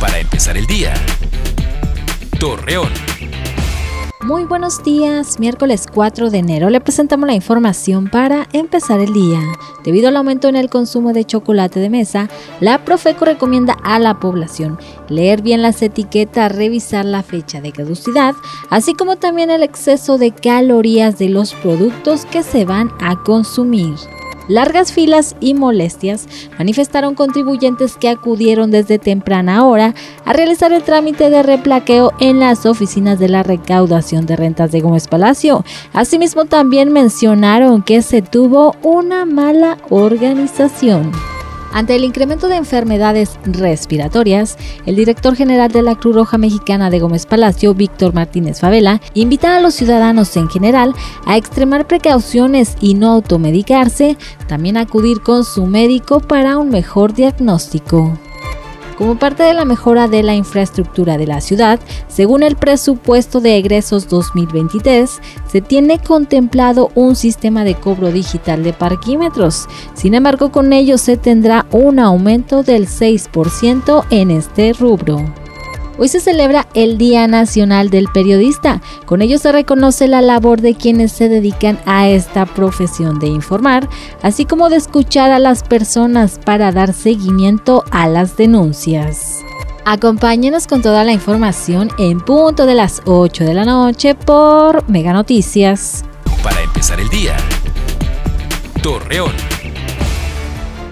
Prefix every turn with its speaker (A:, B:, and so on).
A: para empezar el día. Torreón.
B: Muy buenos días, miércoles 4 de enero le presentamos la información para empezar el día. Debido al aumento en el consumo de chocolate de mesa, la Profeco recomienda a la población leer bien las etiquetas, revisar la fecha de caducidad, así como también el exceso de calorías de los productos que se van a consumir. Largas filas y molestias manifestaron contribuyentes que acudieron desde temprana hora a realizar el trámite de replaqueo en las oficinas de la recaudación de rentas de Gómez Palacio. Asimismo, también mencionaron que se tuvo una mala organización. Ante el incremento de enfermedades respiratorias, el director general de la Cruz Roja Mexicana de Gómez Palacio, Víctor Martínez Favela, invita a los ciudadanos en general a extremar precauciones y no automedicarse, también acudir con su médico para un mejor diagnóstico. Como parte de la mejora de la infraestructura de la ciudad, según el presupuesto de egresos 2023, se tiene contemplado un sistema de cobro digital de parquímetros. Sin embargo, con ello se tendrá un aumento del 6% en este rubro. Hoy se celebra el Día Nacional del Periodista. Con ello se reconoce la labor de quienes se dedican a esta profesión de informar, así como de escuchar a las personas para dar seguimiento a las denuncias. Acompáñenos con toda la información en punto de las 8 de la noche por Mega Noticias.
A: Para empezar el día. Torreón.